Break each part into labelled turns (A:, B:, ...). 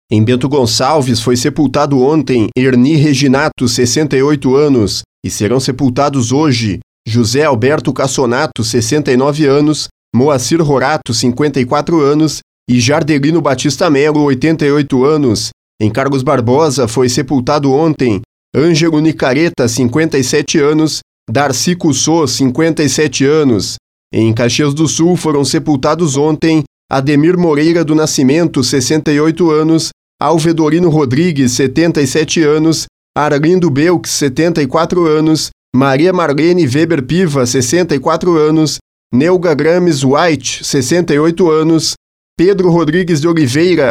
A: Em Bento Gonçalves foi sepultado ontem Erni Reginato, 68 anos, e serão sepultados hoje José Alberto Cassonato, 69 anos, Moacir Rorato, 54 anos e Jardelino Batista Melo, 88 anos. Em Carlos Barbosa foi sepultado ontem Ângelo Nicareta, 57 anos, Darcy Cussô, 57 anos. Em Caxias do Sul foram sepultados ontem Ademir Moreira do Nascimento, 68 anos, Alvedorino Rodrigues, 77 anos, Arlindo Belks, 74 anos, Maria Marlene Weber Piva, 64 anos, Neuga Grames White, 68 anos, Pedro Rodrigues de Oliveira,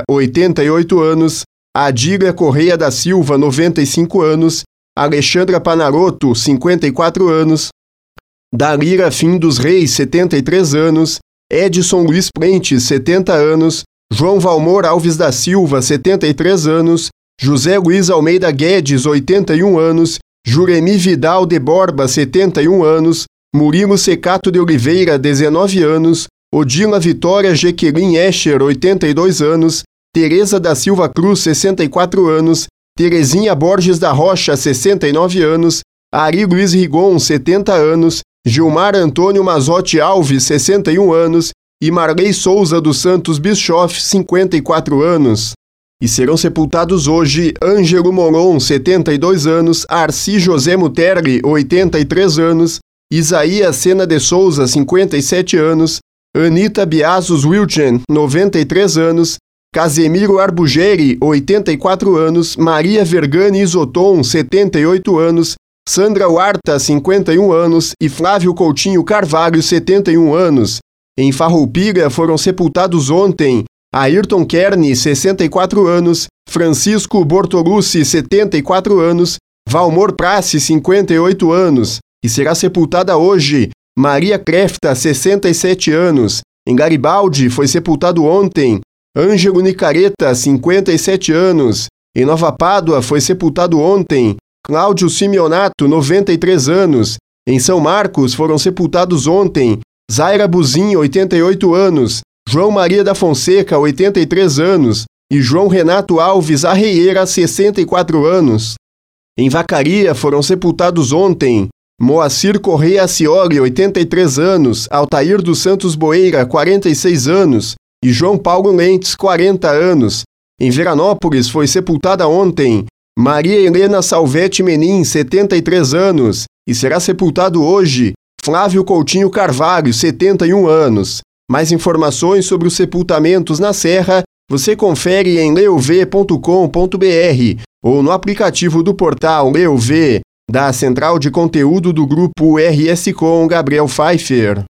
A: 88 anos, Adília Correia da Silva, 95 anos, Alexandra Panarotto, 54 anos, Dalira Fim dos Reis, 73 anos, Edson Luiz Prentes, 70 anos, João Valmor Alves da Silva, 73 anos, José Luiz Almeida Guedes, 81 anos, Juremi Vidal de Borba, 71 anos, Murilo Secato de Oliveira, 19 anos, Odila Vitória Jequelin Escher, 82 anos, Tereza da Silva Cruz, 64 anos, Terezinha Borges da Rocha, 69 anos, Ari Luiz Rigon, 70 anos, Gilmar Antônio Mazotti Alves, 61 anos, e Marley Souza dos Santos Bischoff, 54 anos. E serão sepultados hoje Ângelo Molon, 72 anos, Arci José Muterli, 83 anos, Isaías Sena de Souza, 57 anos, Anita Biasos Wilchen, 93 anos, Casemiro Arbugeri, 84 anos, Maria Vergani Isoton, 78 anos, Sandra Huarta, 51 anos e Flávio Coutinho Carvalho, 71 anos. Em Farroupilha foram sepultados ontem Ayrton Kern, 64 anos, Francisco Bortolucci, 74 anos, Valmor Prace, 58 anos, e será sepultada hoje Maria Crefta, 67 anos. Em Garibaldi foi sepultado ontem Ângelo Nicareta, 57 anos. Em Nova Pádua foi sepultado ontem Cláudio Simeonato, 93 anos. Em São Marcos foram sepultados ontem Zaira Buzin, 88 anos, João Maria da Fonseca, 83 anos, e João Renato Alves Arreieira, 64 anos. Em Vacaria foram sepultados ontem Moacir Correia Acioli, 83 anos, Altair dos Santos Boeira, 46 anos, e João Paulo Lentes, 40 anos. Em Veranópolis foi sepultada ontem Maria Helena Salvetti Menin, 73 anos, e será sepultado hoje Flávio Coutinho Carvalho, 71 anos. Mais informações sobre os sepultamentos na Serra você confere em leov.com.br ou no aplicativo do portal Leov, da Central de Conteúdo do Grupo RS Com Gabriel Pfeiffer.